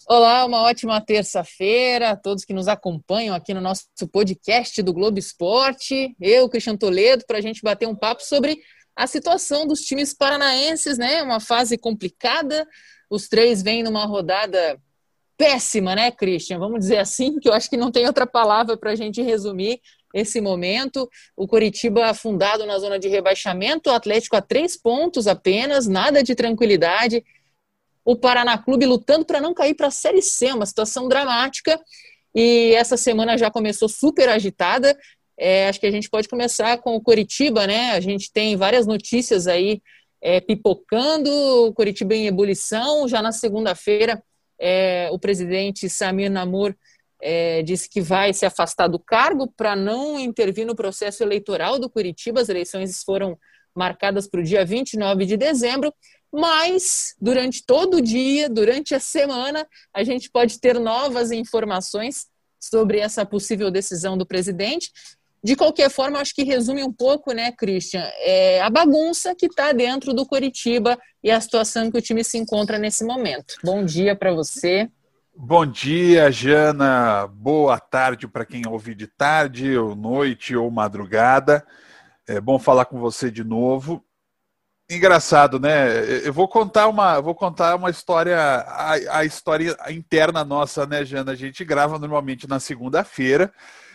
Olá, uma ótima terça-feira a todos que nos acompanham aqui no nosso podcast do Globo Esporte. Eu, Cristian Toledo, para a gente bater um papo sobre a situação dos times paranaenses, né? Uma fase complicada. Os três vêm numa rodada péssima, né, Christian? Vamos dizer assim, que eu acho que não tem outra palavra para a gente resumir esse momento. O Coritiba afundado na zona de rebaixamento, o Atlético a 3 pontos apenas, nada de tranquilidade. O Paraná Clube lutando para não cair para a Série C, uma situação dramática. E essa semana já começou super agitada. Acho que a gente pode começar com o Coritiba, né? A gente tem várias notícias aí pipocando, o Coritiba em ebulição. Já na segunda-feira, o presidente Samir Namor disse que vai se afastar do cargo para não intervir no processo eleitoral do Coritiba. As eleições foram marcadas para o dia 29 de dezembro. Mas, durante todo o dia, durante a semana, a gente pode ter novas informações sobre essa possível decisão do presidente. De qualquer forma, acho que resume um pouco, né, Christian, a bagunça que está dentro do Coritiba e a situação que o time se encontra nesse momento. Bom dia para você. Bom dia, Jana. Boa tarde para quem ouve de tarde, ou noite, ou madrugada. É bom falar com você de novo. Engraçado, né? Eu vou contar uma história, a história interna nossa, né, Jana? A gente grava normalmente na segunda-feira,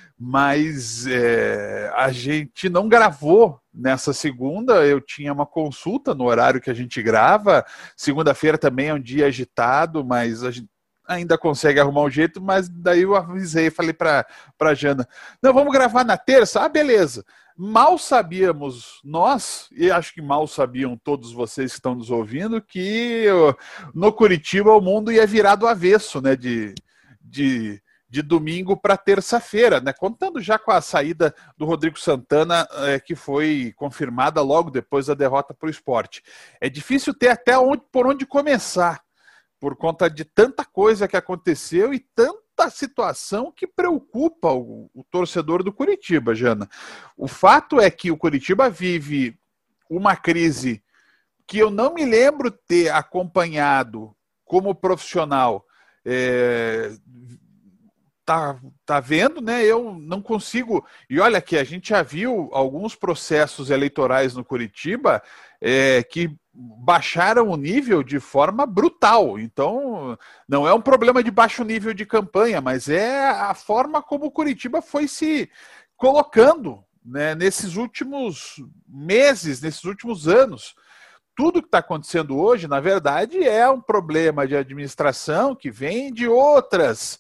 mas a gente não gravou nessa segunda. Eu tinha uma consulta no horário que a gente grava. Segunda-feira também é um dia agitado, mas a gente ainda consegue arrumar um jeito. Mas daí eu avisei, falei para a Jana, não, vamos gravar na terça? Ah, beleza. Mal sabíamos nós, e acho que mal sabiam todos vocês que estão nos ouvindo, que no Coritiba o mundo ia virar do avesso, né, de domingo para terça-feira, né, contando já com a saída do Rodrigo Santana, que foi confirmada logo depois da derrota para o Sport. É difícil ter até por onde começar, por conta de tanta coisa que aconteceu e tanta situação que preocupa o torcedor do Coritiba, Jana. O fato é que o Coritiba vive uma crise que eu não me lembro ter acompanhado como profissional. Tá vendo, né? Eu não consigo. E olha que a gente já viu alguns processos eleitorais no Coritiba que baixaram o nível de forma brutal. Então, não é um problema de baixo nível de campanha, mas é a forma como o Coritiba foi se colocando, né, nesses últimos meses, nesses últimos anos. Tudo que está acontecendo hoje, na verdade, é um problema de administração que vem de outras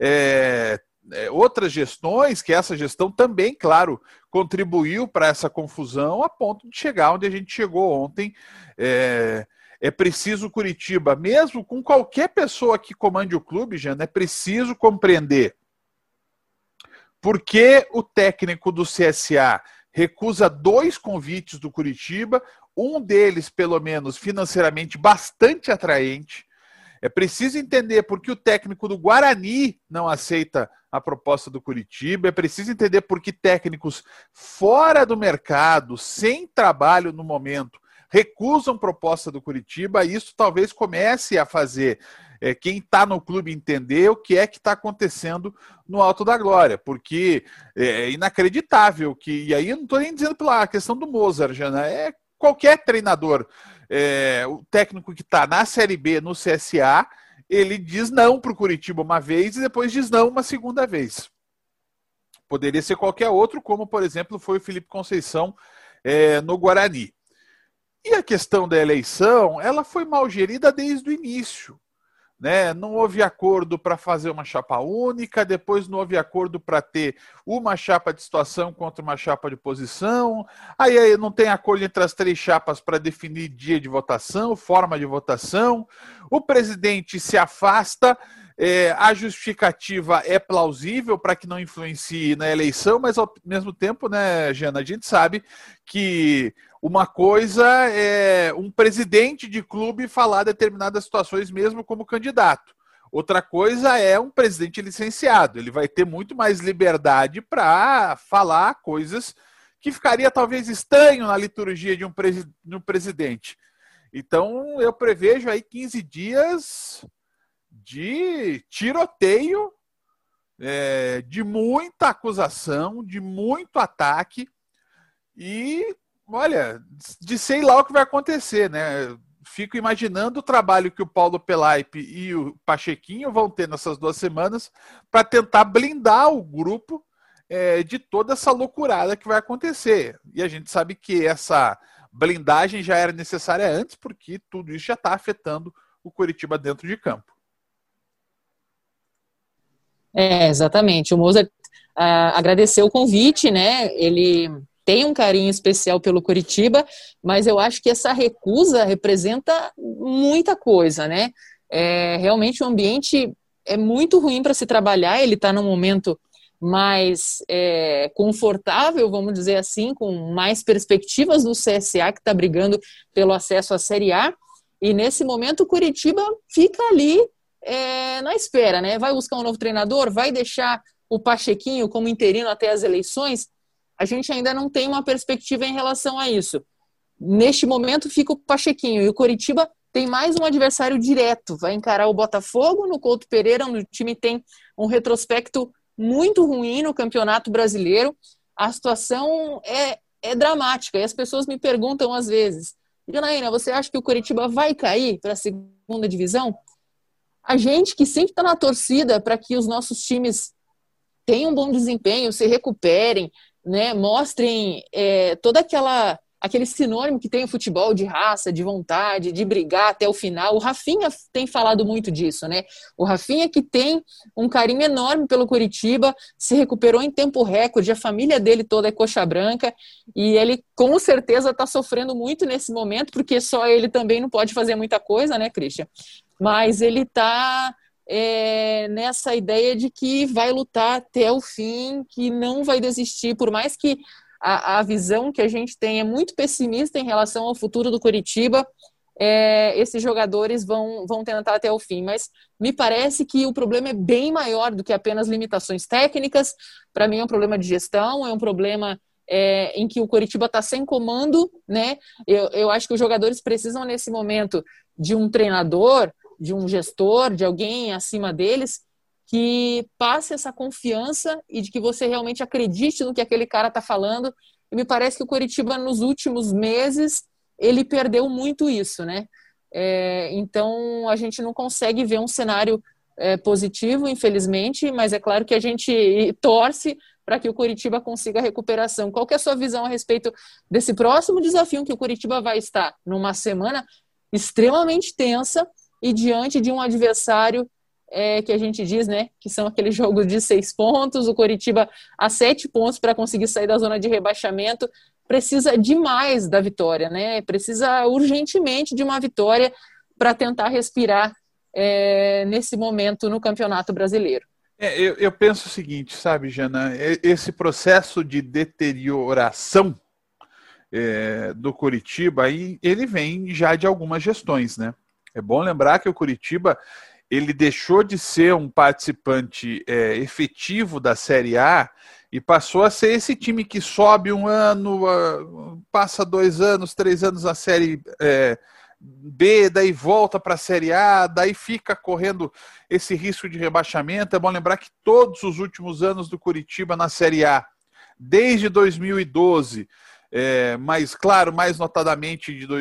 gestões, que essa gestão também, claro, contribuiu para essa confusão a ponto de chegar onde a gente chegou ontem. É preciso Coritiba, mesmo com qualquer pessoa que comande o clube, Jana, é preciso compreender por que o técnico do CSA recusa 2 convites do Coritiba, um deles, pelo menos, financeiramente bastante atraente. É preciso entender por que o técnico do Guarani não aceita a proposta do Coritiba. É preciso entender por que técnicos fora do mercado, sem trabalho no momento, recusam proposta do Coritiba. Isso talvez comece a fazer quem está no clube entender o que é que está acontecendo no Alto da Glória, porque é inacreditável que, e aí eu não estou nem dizendo pela questão do Mozart, Jana, qualquer treinador, o técnico que está na Série B, no CSA, ele diz não para o Coritiba uma vez e depois diz não uma segunda vez. Poderia ser qualquer outro, como, por exemplo, foi o Felipe Conceição no Guarani. E a questão da eleição, ela foi mal gerida desde o início. Né? Não houve acordo para fazer uma chapa única, depois não houve acordo para ter uma chapa de situação contra uma chapa de posição, aí não tem acordo entre as 3 chapas para definir dia de votação, forma de votação, o presidente se afasta, a justificativa é plausível para que não influencie na eleição, mas ao mesmo tempo, né, Jana, a gente sabe que uma coisa é um presidente de clube falar determinadas situações mesmo como candidato. Outra coisa é um presidente licenciado. Ele vai ter muito mais liberdade para falar coisas que ficaria talvez estranho na liturgia de um presidente. Então, eu prevejo aí 15 dias de tiroteio, de muita acusação, de muito ataque e, olha, de sei lá o que vai acontecer, né? Fico imaginando o trabalho que o Paulo Pelaipe e o Pachequinho vão ter nessas 2 semanas para tentar blindar o grupo de toda essa loucurada que vai acontecer. E a gente sabe que essa blindagem já era necessária antes, porque tudo isso já está afetando o Coritiba dentro de campo. Exatamente. O Mozart agradeceu o convite, né? Ele tem um carinho especial pelo Coritiba, mas eu acho que essa recusa representa muita coisa, né? Realmente o ambiente é muito ruim para se trabalhar, ele está num momento mais confortável, vamos dizer assim, com mais perspectivas do CSA, que está brigando pelo acesso à Série A, e nesse momento o Coritiba fica ali na espera, né? Vai buscar um novo treinador, vai deixar o Pachequinho como interino até as eleições. A gente ainda não tem uma perspectiva em relação a isso. Neste momento fica o Pachequinho, e o Coritiba tem mais um adversário direto, vai encarar o Botafogo no Couto Pereira, onde o time tem um retrospecto muito ruim no Campeonato Brasileiro. A situação é dramática, e as pessoas me perguntam às vezes: Janaína, você acha que o Coritiba vai cair para a segunda divisão? A gente que sempre está na torcida para que os nossos times tenham um bom desempenho, se recuperem, né, mostrem todo aquele sinônimo que tem o futebol de raça, de vontade, de brigar até o final. O Rafinha tem falado muito disso, né? O Rafinha, que tem um carinho enorme pelo Coritiba, se recuperou em tempo recorde, a família dele toda é coxa branca, e ele com certeza está sofrendo muito nesse momento, porque só ele também não pode fazer muita coisa, né, Christian? Mas ele está nessa ideia de que vai lutar até o fim, que não vai desistir, por mais que a visão que a gente tem é muito pessimista em relação ao futuro do Coritiba. Esses jogadores vão tentar até o fim, mas me parece que o problema é bem maior do que apenas limitações técnicas. Para mim é um problema de gestão, é um problema em que o Coritiba está sem comando, né? Eu acho que os jogadores precisam nesse momento de um treinador, de um gestor, de alguém acima deles, que passe essa confiança e de que você realmente acredite no que aquele cara está falando. E me parece que o Coritiba, nos últimos meses, ele perdeu muito isso, né? Então, a gente não consegue ver um cenário positivo, infelizmente, mas é claro que a gente torce para que o Coritiba consiga a recuperação. Qual que é a sua visão a respeito desse próximo desafio, que o Coritiba vai estar numa semana extremamente tensa e diante de um adversário que a gente diz, né, que são aqueles jogos de 6 pontos, o Coritiba a 7 pontos para conseguir sair da zona de rebaixamento, precisa demais da vitória, né, precisa urgentemente de uma vitória para tentar respirar nesse momento no Campeonato Brasileiro. Eu penso o seguinte, sabe, Jana, esse processo de deterioração do Coritiba, aí, ele vem já de algumas gestões, né? É bom lembrar que o Coritiba ele deixou de ser um participante efetivo da Série A e passou a ser esse time que sobe um ano, passa 2 anos, 3 anos na Série B, daí volta para a Série A, daí fica correndo esse risco de rebaixamento. É bom lembrar que todos os últimos anos do Coritiba na Série A, desde 2012, mas claro, mais notadamente de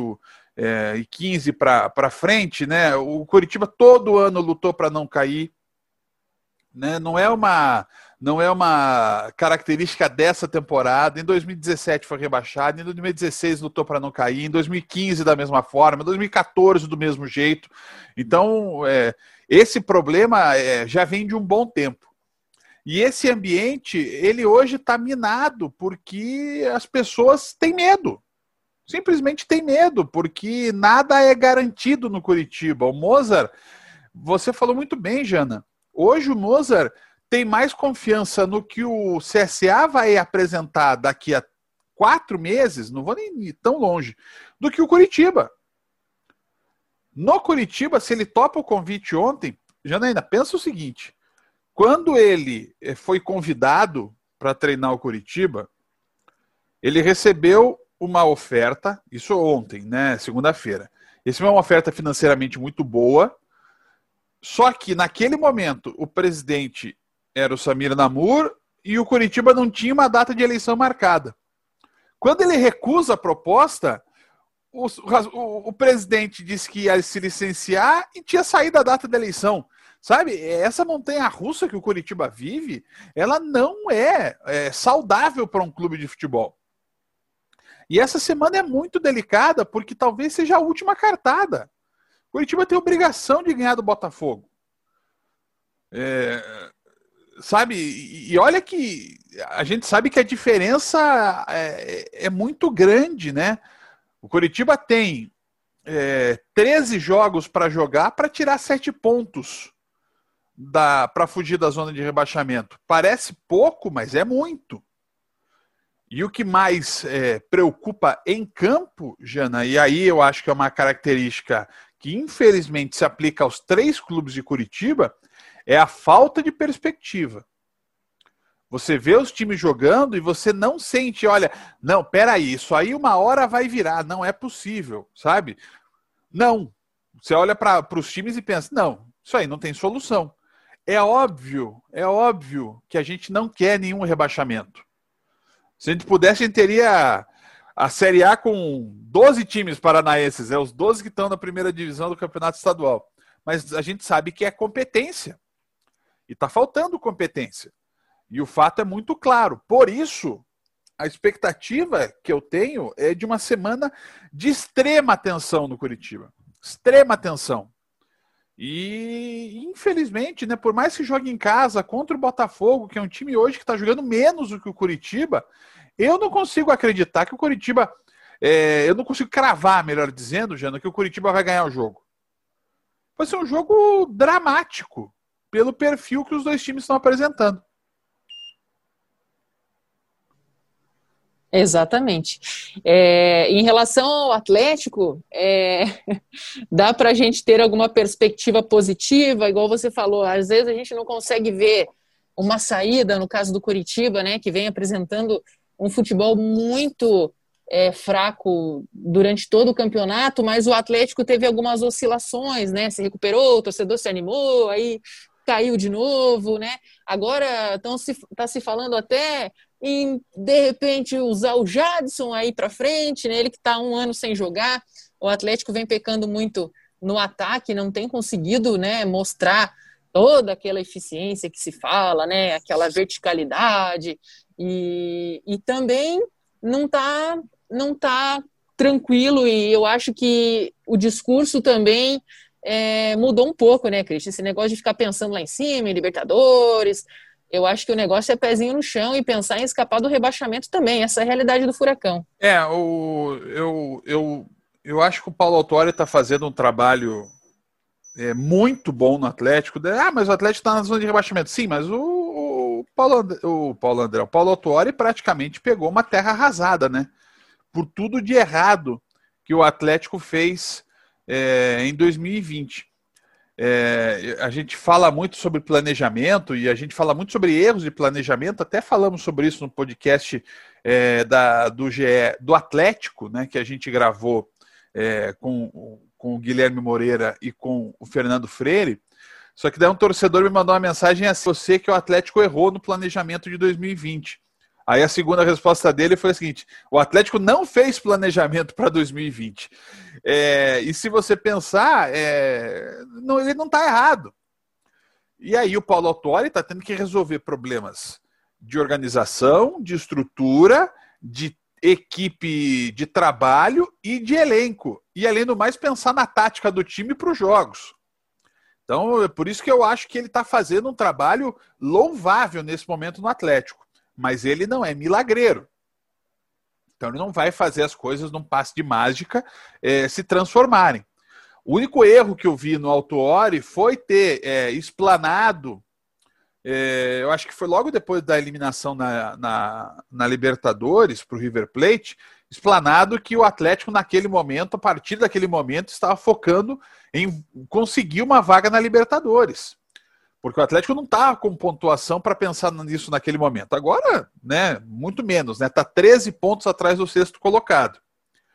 2015 para frente, né? O Coritiba todo ano lutou para não cair, né? Não é uma característica dessa temporada. Em 2017 foi rebaixado, em 2016 lutou para não cair, em 2015 da mesma forma, em 2014 do mesmo jeito. Então, esse problema já vem de um bom tempo. E esse ambiente, ele hoje está minado porque as pessoas têm medo. Simplesmente tem medo, porque nada é garantido no Coritiba. O Mozart, você falou muito bem, Jana. Hoje o Mozart tem mais confiança no que o CSA vai apresentar daqui a 4 meses, não vou nem ir tão longe, do que o Coritiba. No Coritiba, se ele topa o convite ontem, Janaína, pensa o seguinte: quando ele foi convidado para treinar o Coritiba, ele recebeu uma oferta, isso ontem, né, segunda-feira. Essa é uma oferta financeiramente muito boa, Só que naquele momento o presidente era o Samir Namur e o Coritiba não tinha uma data de eleição marcada. Quando ele recusa a proposta, o presidente disse que ia se licenciar e tinha saído a data da eleição. Sabe, essa montanha-russa que o Coritiba vive, ela não é saudável para um clube de futebol. E essa semana é muito delicada, porque talvez seja a última cartada. O Coritiba tem obrigação de ganhar do Botafogo. Sabe, e olha que a gente sabe que a diferença é muito grande, né? O Coritiba tem 13 jogos para jogar para tirar 7 pontos para fugir da zona de rebaixamento. Parece pouco, mas é muito. E o que mais preocupa em campo, Jana, e aí eu acho que é uma característica que infelizmente se aplica aos 3 clubes de Curitiba, é a falta de perspectiva. Você vê os times jogando e você não sente, olha, não, peraí, isso aí uma hora vai virar, não é possível, sabe? Não. Você olha para os times e pensa, não, isso aí não tem solução. É óbvio que a gente não quer nenhum rebaixamento. Se a gente pudesse, a gente teria a Série A com 12 times paranaenses, os 12 que estão na primeira divisão do Campeonato Estadual. Mas a gente sabe que é competência. E está faltando competência. E o fato é muito claro. Por isso, a expectativa que eu tenho é de uma semana de extrema tensão no Coritiba. Extrema tensão. E, infelizmente, né, por mais que jogue em casa contra o Botafogo, que é um time hoje que está jogando menos do que o Coritiba, eu não consigo acreditar que o Coritiba... eu não consigo cravar, melhor dizendo, Jana, que o Coritiba vai ganhar o jogo. Vai ser um jogo dramático, pelo perfil que os 2 times estão apresentando. Exatamente. Em relação ao Atlético, dá para a gente ter alguma perspectiva positiva, igual você falou, às vezes a gente não consegue ver uma saída, no caso do Coritiba, né, que vem apresentando um futebol muito fraco durante todo o campeonato, mas o Atlético teve algumas oscilações, né, se recuperou, o torcedor se animou, aí caiu de novo, né, agora está se falando até em, de repente, usar o Jadson aí para frente, né? Ele que está 1 ano sem jogar. O Atlético vem pecando muito no ataque, não tem conseguido, né, mostrar toda aquela eficiência que se fala, né, aquela verticalidade, e também não tá tranquilo, e eu acho que o discurso também mudou um pouco, né, Cristian? Esse negócio de ficar pensando lá em cima, em Libertadores. Eu acho que o negócio é pezinho no chão e pensar em escapar do rebaixamento também. Essa é a realidade do Furacão. Eu acho que o Paulo Autuori está fazendo um trabalho muito bom no Atlético. Mas o Atlético está na zona de rebaixamento. Sim, mas o Paulo Autuori praticamente pegou uma terra arrasada, né? Por tudo de errado que o Atlético fez em 2020. A gente fala muito sobre planejamento e a gente fala muito sobre erros de planejamento, até falamos sobre isso no podcast do GE, do Atlético, né, que a gente gravou com o Guilherme Moreira e com o Fernando Freire. Só que daí um torcedor me mandou uma mensagem assim: você que o Atlético errou no planejamento de 2020. Aí a segunda resposta dele foi a seguinte: o Atlético não fez planejamento para 2020. E se você pensar, ele não está errado. E aí o Paulo Autuori está tendo que resolver problemas de organização, de estrutura, de equipe de trabalho e de elenco. E além do mais, pensar na tática do time para os jogos. Então, é por isso que eu acho que ele está fazendo um trabalho louvável nesse momento no Atlético. Mas ele não é milagreiro. Então ele não vai fazer as coisas num passe de mágica se transformarem. O único erro que eu vi no Autuori foi ter explanado, eu acho que foi logo depois da eliminação na Libertadores para o River Plate, explanado que o Atlético naquele momento, a partir daquele momento, estava focando em conseguir uma vaga na Libertadores. Porque o Atlético não está com pontuação para pensar nisso naquele momento. Agora, né, muito menos, né? Está 13 pontos atrás do 6º colocado.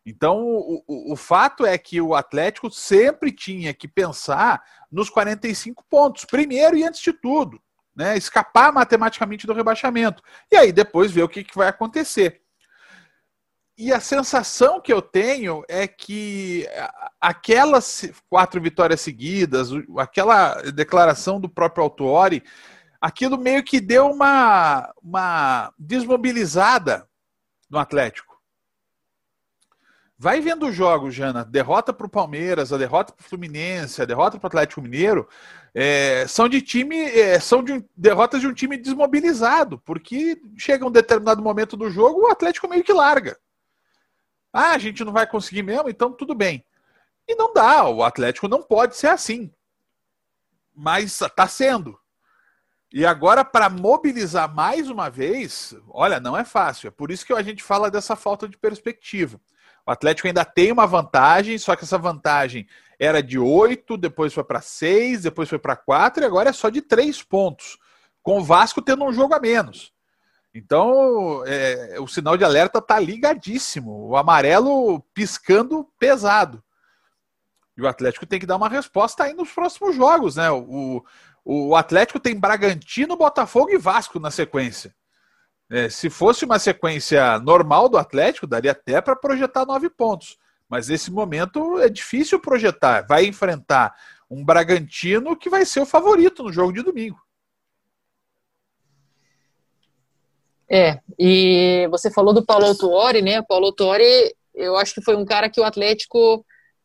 Então, o fato é que o Atlético sempre tinha que pensar nos 45 pontos, primeiro e antes de tudo, né? Escapar matematicamente do rebaixamento. E aí depois ver o que vai acontecer. E a sensação que eu tenho é que aquelas 4 vitórias seguidas, aquela declaração do próprio Autuori, aquilo meio que deu uma desmobilizada no Atlético. Vai vendo os jogos, Jana. Derrota para o Palmeiras, a derrota para o Fluminense, a derrota para o Atlético Mineiro, são derrotas de um time desmobilizado, porque chega um determinado momento do jogo, o Atlético meio que larga. Ah, a gente não vai conseguir mesmo, então tudo bem. E não dá, o Atlético não pode ser assim. Mas está sendo. E agora, para mobilizar mais uma vez, olha, não é fácil. É por isso que a gente fala dessa falta de perspectiva. O Atlético ainda tem uma vantagem, só que essa vantagem era de 8, depois foi para 6, depois foi para 4 e agora é só de 3 pontos, com o Vasco tendo um jogo a menos. Então, o sinal de alerta está ligadíssimo, o amarelo piscando pesado. E o Atlético tem que dar uma resposta aí nos próximos jogos, né? O Atlético tem Bragantino, Botafogo e Vasco na sequência. Se fosse uma sequência normal do Atlético, daria até para projetar 9 pontos. Mas nesse momento é difícil projetar. Vai enfrentar um Bragantino que vai ser o favorito no jogo de domingo. E você falou do Paulo Autuori, né? O Paulo Autuori, eu acho que foi um cara que o Atlético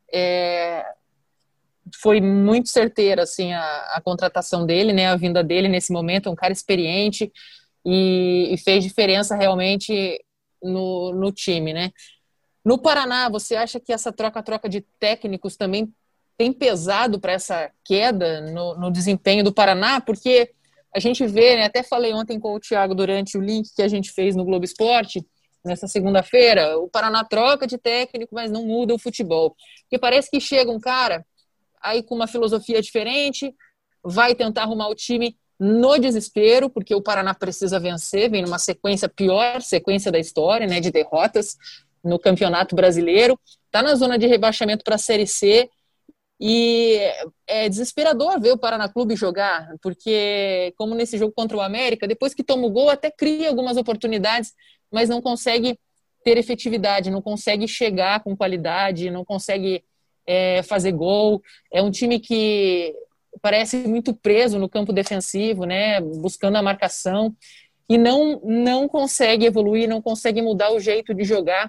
foi muito certeira, assim, a contratação dele, né? A vinda dele nesse momento, um cara experiente e fez diferença realmente no time, né? No Paraná, você acha que essa troca de técnicos também tem pesado para essa queda no desempenho do Paraná? Porque a gente vê, né, até falei ontem com o Thiago durante o link que a gente fez no Globo Esporte, nessa segunda-feira, o Paraná troca de técnico, mas não muda o futebol. Porque parece que chega um cara aí com uma filosofia diferente, vai tentar arrumar o time no desespero, porque o Paraná precisa vencer, vem numa sequência, pior sequência da história, né, de derrotas no Campeonato Brasileiro, está na zona de rebaixamento para a Série C, e é desesperador ver o Paraná Clube jogar, porque como nesse jogo contra o América, depois que toma o gol até cria algumas oportunidades, mas não consegue ter efetividade, não consegue chegar com qualidade, não consegue fazer gol. É um time que parece muito preso no campo defensivo, né, buscando a marcação, e não consegue evoluir, não consegue mudar o jeito de jogar.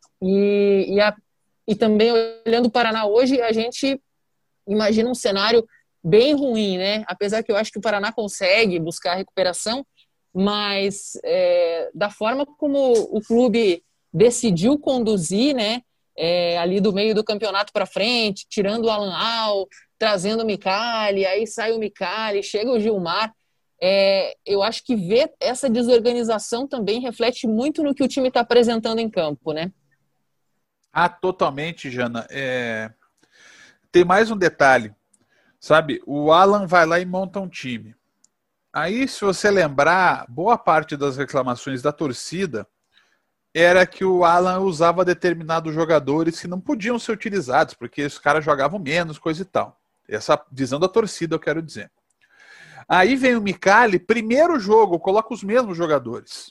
E também, olhando o Paraná hoje, a gente imagina um cenário bem ruim, né? Apesar que eu acho que o Paraná consegue buscar a recuperação, mas da forma como o clube decidiu conduzir, né? Ali do meio do campeonato para frente, tirando o Alan Al, trazendo o Micali, aí sai o Micali, chega o Gilmar. Eu acho que ver essa desorganização também reflete muito no que o time está apresentando em campo, né? Ah, totalmente, Jana. Tem mais um detalhe, sabe? O Alan vai lá e monta um time. Aí, se você lembrar, boa parte das reclamações da torcida era que o Alan usava determinados jogadores que não podiam ser utilizados, porque os caras jogavam menos, coisa e tal. Essa visão da torcida, eu quero dizer. Aí vem o Micali, primeiro jogo, coloca os mesmos jogadores.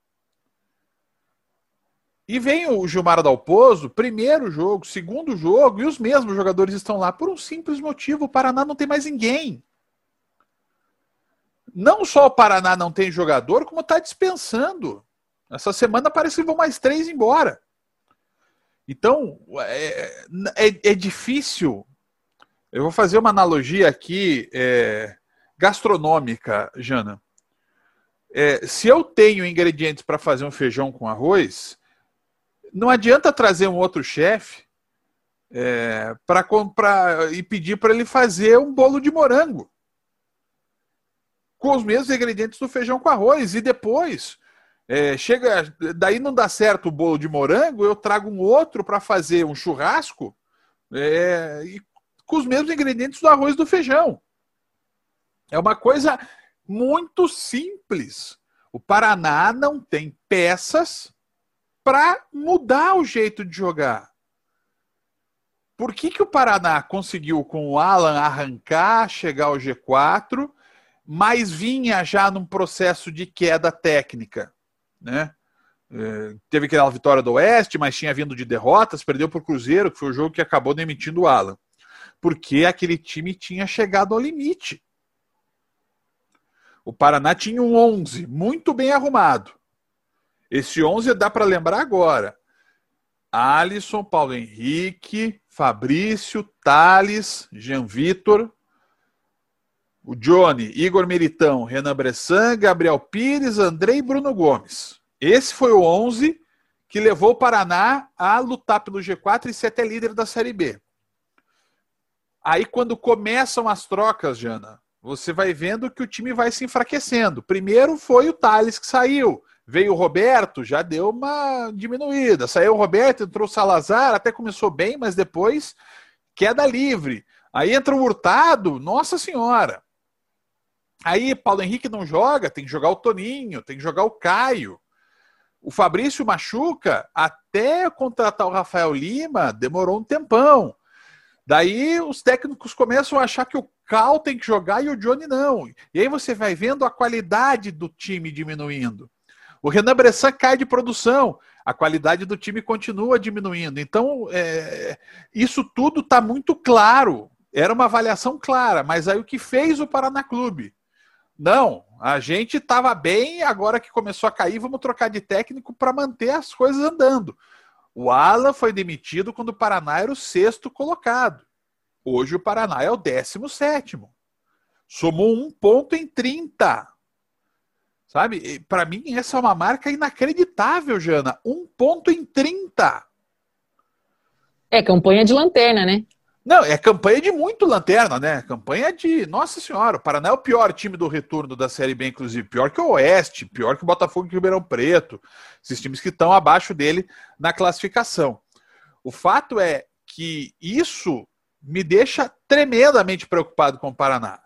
E vem o Gilmar Dalpozo, primeiro jogo, segundo jogo, e os mesmos jogadores estão lá por um simples motivo: o Paraná não tem mais ninguém. Não só o Paraná não tem jogador, como está dispensando. Essa semana parece que vão mais 3 embora. Então, é difícil. Eu vou fazer uma analogia aqui gastronômica, Jana. Se eu tenho ingredientes para fazer um feijão com arroz, não adianta trazer um outro chefe para comprar e pedir para ele fazer um bolo de morango com os mesmos ingredientes do feijão com arroz. E depois daí não dá certo o bolo de morango, eu trago um outro para fazer um churrasco e com os mesmos ingredientes do arroz e do feijão. É uma coisa muito simples. O Paraná não tem peças para mudar o jeito de jogar. por que o Paraná conseguiu com o Alan arrancar, chegar ao G4, mas vinha já num processo de queda técnica, né? Teve aquela vitória do Oeste, mas tinha vindo de derrotas, perdeu para o Cruzeiro, que foi o jogo que acabou demitindo o Alan. Porque aquele time tinha chegado ao limite. O Paraná tinha um 11 muito bem arrumado. Esse 11 dá para lembrar agora. Alisson, Paulo Henrique, Fabrício, Thales, Jean Vitor, o Johnny, Igor Militão, Renan Bressan, Gabriel Pires, Andrei e Bruno Gomes. Esse foi o 11 que levou o Paraná a lutar pelo G4 e ser até líder da Série B. Aí quando começam as trocas, Jana, você vai vendo que o time vai se enfraquecendo. Primeiro foi o Thales que saiu. Veio o Roberto, já deu uma diminuída. Saiu o Roberto, entrou o Salazar, até começou bem, mas depois queda livre. Aí entra o Hurtado, nossa senhora. Aí Paulo Henrique não joga, tem que jogar o Toninho, tem que jogar o Caio. O Fabrício machuca, até contratar o Rafael Lima, demorou um tempão. Daí os técnicos começam a achar que o Cal tem que jogar e o Johnny não. E aí você vai vendo a qualidade do time diminuindo. O Renan Bressan cai de produção, a qualidade do time continua diminuindo. Então, isso tudo está muito claro. Era uma avaliação clara, mas aí o que fez o Paraná Clube? Não, a gente estava bem, agora que começou a cair, vamos trocar de técnico para manter as coisas andando. O Alan foi demitido quando o Paraná era o 6º colocado. Hoje o Paraná é o 17º. Somou 1 ponto em 30. Sabe? Para mim, essa é uma marca inacreditável, Jana. 1 ponto em 30. É campanha de lanterna, né? Não, é campanha de muito lanterna, né? Campanha de... Nossa Senhora, o Paraná é o pior time do retorno da Série B, inclusive. Pior que o Oeste, pior que o Botafogo e o Ribeirão Preto. Esses times que estão abaixo dele na classificação. O fato é que isso me deixa tremendamente preocupado com o Paraná.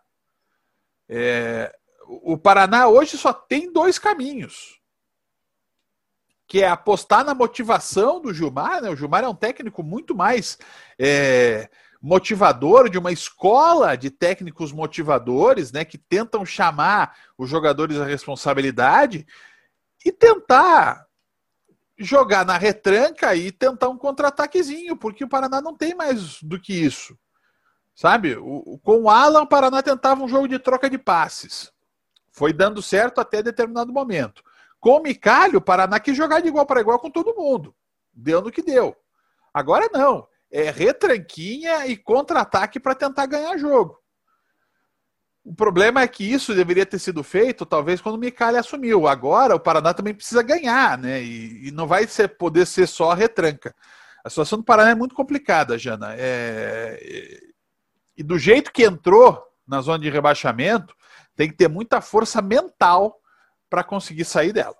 O Paraná hoje só tem 2 caminhos. Que é apostar na motivação do Gilmar, né? O Gilmar é um técnico muito mais motivador, de uma escola de técnicos motivadores, né? Que tentam chamar os jogadores à responsabilidade e tentar jogar na retranca e tentar um contra-ataquezinho, porque o Paraná não tem mais do que isso. Sabe? Com o Alan, o Paraná tentava um jogo de troca de passes. Foi dando certo até determinado momento. Com o Micalho, o Paraná quis jogar de igual para igual com todo mundo. Deu no que deu. Agora não. É retranquinha e contra-ataque para tentar ganhar jogo. O problema é que isso deveria ter sido feito, talvez, quando o Micalho assumiu. Agora, o Paraná também precisa ganhar, né? E não vai poder ser só a retranca. A situação do Paraná é muito complicada, Jana. E do jeito que entrou na zona de rebaixamento, tem que ter muita força mental para conseguir sair dela.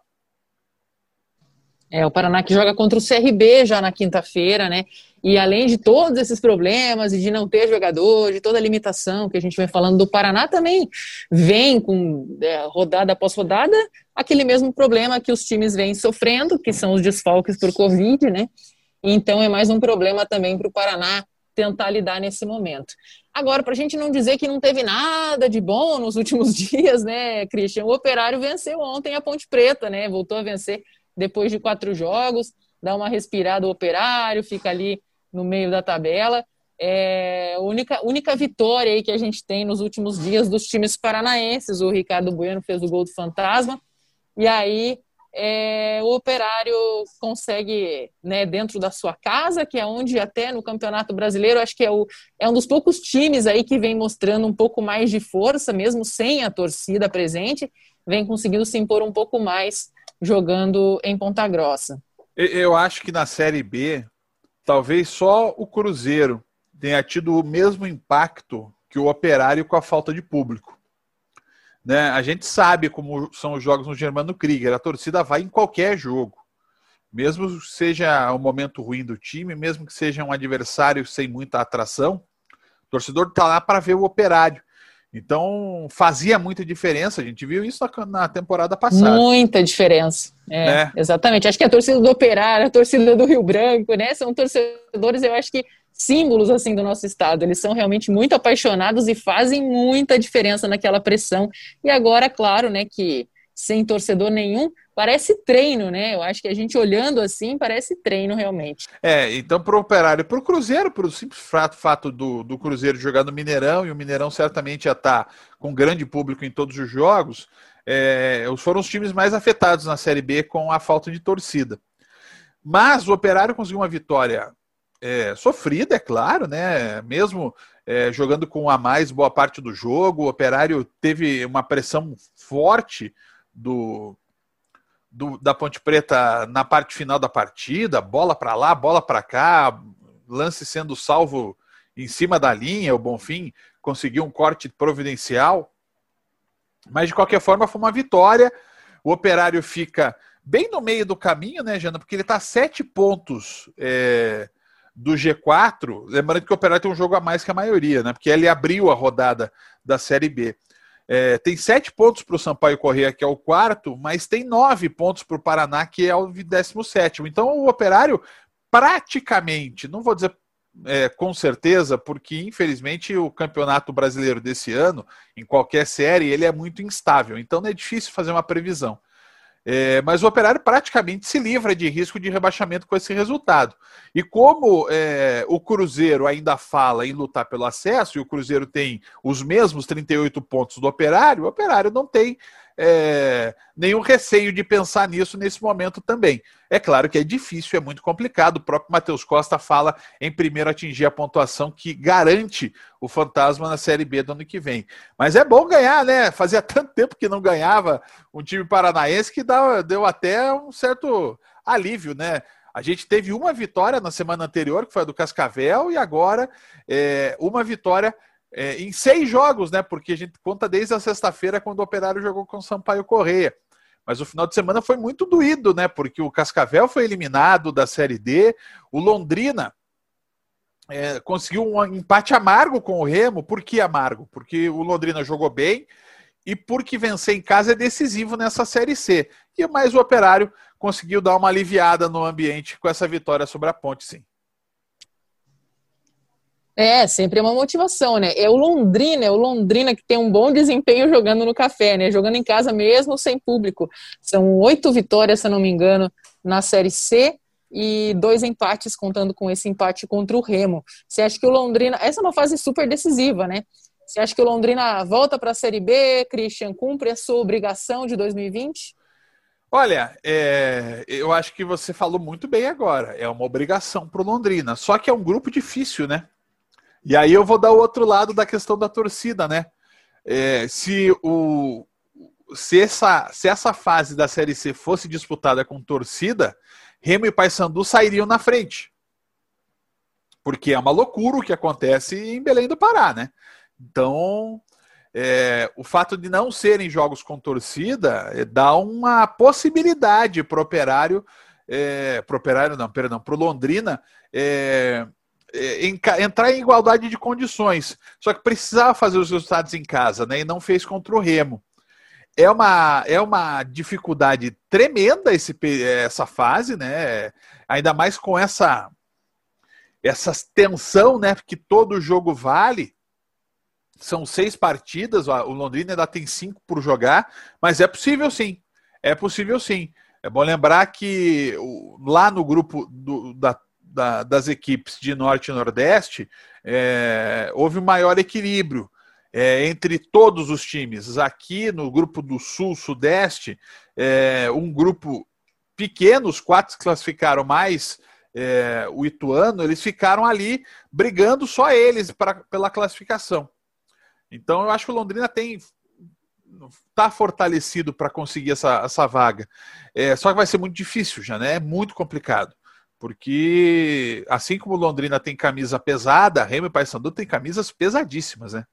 O Paraná que joga contra o CRB já na quinta-feira, né? E além de todos esses problemas e de não ter jogador, de toda a limitação que a gente vem falando do Paraná, também vem com rodada após rodada aquele mesmo problema que os times vêm sofrendo, que são os desfalques por Covid, né? Então é mais um problema também para o Paraná tentar lidar nesse momento. Agora, para a gente não dizer que não teve nada de bom nos últimos dias, né, Christian? O Operário venceu ontem a Ponte Preta, né? Voltou a vencer depois de 4 jogos, dá uma respirada o Operário, fica ali no meio da tabela. A única vitória aí que a gente tem nos últimos dias dos times paranaenses. O Ricardo Bueno fez o gol do Fantasma, e aí o Operário consegue, né, dentro da sua casa, que é onde até no Campeonato Brasileiro, acho que é um dos poucos times aí que vem mostrando um pouco mais de força, mesmo sem a torcida presente, vem conseguindo se impor um pouco mais jogando em Ponta Grossa. Eu acho que na Série B, talvez só o Cruzeiro tenha tido o mesmo impacto que o Operário com a falta de público. Né? A gente sabe como são os jogos no Germano Krieger, a torcida vai em qualquer jogo. Mesmo que seja um momento ruim do time, mesmo que seja um adversário sem muita atração, o torcedor está lá para ver o Operário. Então fazia muita diferença, a gente viu isso na temporada passada. Muita diferença, né? Exatamente. Acho que a torcida do Operário, a torcida do Rio Branco, né, são torcedores, eu acho que símbolos assim do nosso estado. Eles são realmente muito apaixonados e fazem muita diferença naquela pressão. E agora, claro, né, que sem torcedor nenhum, parece treino, né? Eu acho que a gente olhando assim, parece treino realmente. Então para o Operário, para o Cruzeiro, para o simples fato do Cruzeiro jogar no Mineirão, e o Mineirão certamente já está com grande público em todos os jogos, foram os times mais afetados na Série B com a falta de torcida. Mas o Operário conseguiu uma vitória sofrida, é claro, né? Mesmo jogando com a mais boa parte do jogo, o Operário teve uma pressão forte da Ponte Preta na parte final da partida, bola para lá, bola para cá, lance sendo salvo em cima da linha, o Bonfim conseguiu um corte providencial, mas de qualquer forma foi uma vitória. O Operário fica bem no meio do caminho, né, Jana, porque ele está a 7 pontos do G4, lembrando que o Operário tem um jogo a mais que a maioria, né, porque ele abriu a rodada da Série B. Tem 7 pontos para o Sampaio Corrêa, que é o quarto, mas tem 9 pontos para o Paraná, que é o 17º. Então o Operário praticamente, não vou dizer com certeza, porque infelizmente o campeonato brasileiro desse ano, em qualquer série, ele é muito instável, então é difícil fazer uma previsão. Mas o Operário praticamente se livra de risco de rebaixamento com esse resultado. E como o Cruzeiro ainda fala em lutar pelo acesso, e o Cruzeiro tem os mesmos 38 pontos do Operário, o Operário não tem nenhum receio de pensar nisso nesse momento também. É claro que é difícil, é muito complicado. O próprio Matheus Costa fala em primeiro atingir a pontuação que garante o fantasma na Série B do ano que vem. Mas é bom ganhar, né? Fazia tanto tempo que não ganhava um time paranaense que deu até um certo alívio, né? A gente teve uma vitória na semana anterior, que foi a do Cascavel, e agora uma vitória em 6 jogos, né? Porque a gente conta desde a sexta-feira, quando o Operário jogou com o Sampaio Corrêa. Mas o final de semana foi muito doído, né? Porque o Cascavel foi eliminado da Série D, o Londrina conseguiu um empate amargo com o Remo. Por que amargo? Porque o Londrina jogou bem e porque vencer em casa é decisivo nessa Série C. E mais o Operário conseguiu dar uma aliviada no ambiente com essa vitória sobre a Ponte, sim. Sempre é uma motivação, né? É o Londrina que tem um bom desempenho jogando no Café, né? Jogando em casa mesmo, sem público. São 8 vitórias, se eu não me engano, na Série C e 2 empates, contando com esse empate contra o Remo. Você acha que o Londrina... Essa é uma fase super decisiva, né? Você acha que o Londrina volta para a Série B, Christian, cumpre a sua obrigação de 2020? Olha, eu acho que você falou muito bem agora. É uma obrigação para o Londrina. Só que é um grupo difícil, né? E aí eu vou dar o outro lado da questão da torcida, né? Se essa fase da Série C fosse disputada com torcida, Remo e Paysandu sairiam na frente. Porque é uma loucura o que acontece em Belém do Pará, né? Então, o fato de não serem jogos com torcida dá uma possibilidade para o Operário, para o Londrina, entrar em igualdade de condições. Só que precisava fazer os resultados em casa, né? E não fez contra o Remo. É uma dificuldade tremenda essa fase, né? Ainda mais com essa tensão, né? Que todo jogo vale. São 6 partidas, o Londrina ainda tem 5 por jogar, mas é possível sim. É possível sim. É bom lembrar que lá no grupo das equipes de Norte e Nordeste, houve um maior equilíbrio entre todos os times. Aqui no grupo do Sul, Sudeste, um grupo pequeno, os 4 que classificaram mais o Ituano, eles ficaram ali brigando só eles pela classificação. Então eu acho que o Londrina está fortalecido para conseguir essa vaga. Só que vai ser muito difícil já, né? É muito complicado. Porque, assim como o Londrina tem camisa pesada, Remo e Paysandu tem camisas pesadíssimas, né?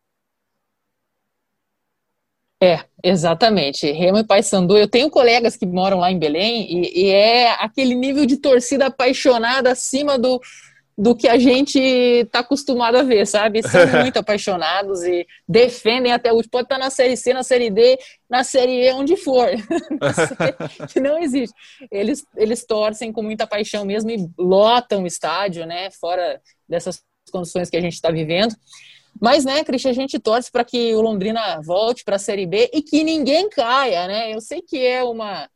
Exatamente. Remo e Paysandu. Eu tenho colegas que moram lá em Belém e é aquele nível de torcida apaixonada acima do que a gente está acostumado a ver, sabe? São muito apaixonados e defendem até o último. Pode estar na Série C, na Série D, na Série E, onde for. Não existe. Eles torcem com muita paixão mesmo e lotam o estádio, né? Fora dessas condições que a gente está vivendo. Mas, né, Cristian, a gente torce para que o Londrina volte para a Série B e que ninguém caia, né? Eu sei que é uma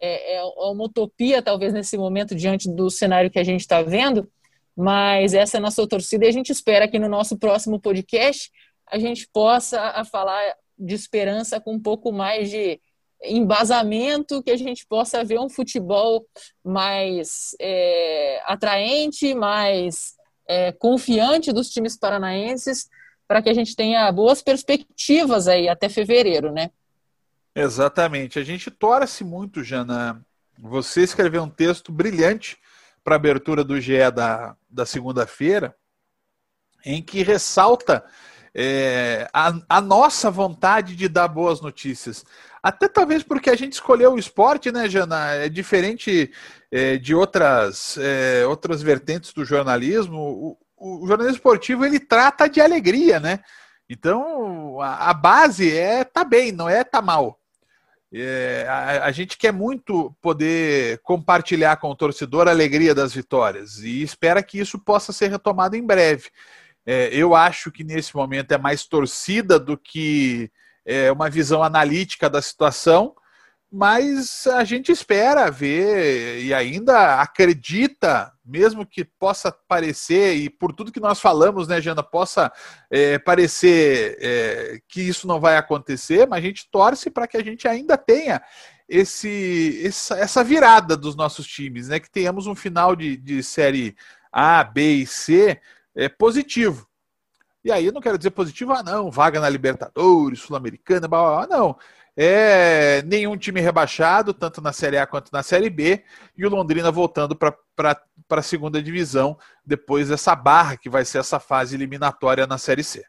utopia, talvez, nesse momento, diante do cenário que a gente está vendo, mas essa é a nossa torcida e a gente espera que no nosso próximo podcast a gente possa falar de esperança com um pouco mais de embasamento, que a gente possa ver um futebol mais atraente, mais confiante dos times paranaenses, para que a gente tenha boas perspectivas aí até fevereiro, né? Exatamente. A gente torce muito, Jana. Você escreveu um texto brilhante para a abertura do GE da segunda-feira, em que ressalta a nossa vontade de dar boas notícias. Até talvez porque a gente escolheu o esporte, né, Jana? É diferente de outras vertentes do jornalismo. O jornalismo esportivo, ele trata de alegria, né? Então, a base tá bem, não tá mal. A gente quer muito poder compartilhar com o torcedor a alegria das vitórias e espera que isso possa ser retomado em breve. Eu acho que nesse momento é mais torcida do que uma visão analítica da situação, mas a gente espera ver e ainda acredita, mesmo que possa parecer, e por tudo que nós falamos, né, Jana, possa parecer que isso não vai acontecer, mas a gente torce para que a gente ainda tenha essa virada dos nossos times, né, que tenhamos um final de série A, B e C positivo. E aí eu não quero dizer positivo, não, vaga na Libertadores, Sul-Americana, blá, blá, blá, não. Nenhum time rebaixado, tanto na Série A quanto na Série B, e o Londrina voltando para a segunda divisão, depois dessa barra que vai ser essa fase eliminatória na Série C.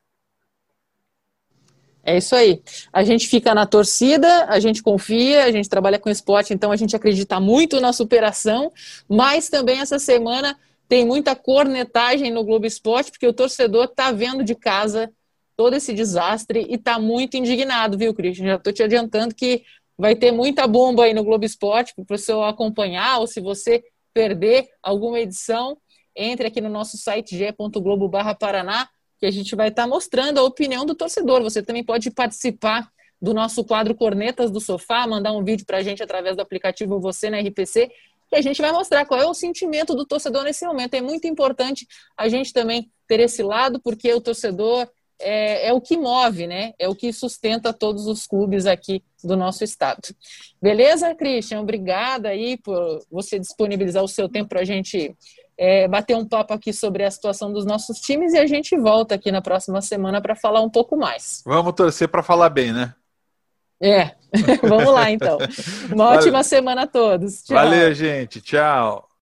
É isso aí. A gente fica na torcida, a gente confia, a gente trabalha com esporte, então a gente acredita muito na superação, mas também essa semana tem muita cornetagem no Globo Esporte, porque o torcedor está vendo de casa todo esse desastre e está muito indignado, viu, Cristian? Já estou te adiantando que vai ter muita bomba aí no Globo Esporte para o pessoal acompanhar, ou se você perder alguma edição, entre aqui no nosso site ge.globo.br/Paraná, que a gente vai estar mostrando a opinião do torcedor. Você também pode participar do nosso quadro Cornetas do Sofá, mandar um vídeo para a gente através do aplicativo Você na RPC, que a gente vai mostrar qual é o sentimento do torcedor nesse momento. É muito importante a gente também ter esse lado, porque o torcedor é o que move, né? É o que sustenta todos os clubes aqui do nosso estado. Beleza, Cristian? Obrigada aí por você disponibilizar o seu tempo para a gente bater um papo aqui sobre a situação dos nossos times, e a gente volta aqui na próxima semana para falar um pouco mais. Vamos torcer para falar bem, né? Vamos lá então. Uma ótima semana a todos. Tchau. Valeu, gente. Tchau.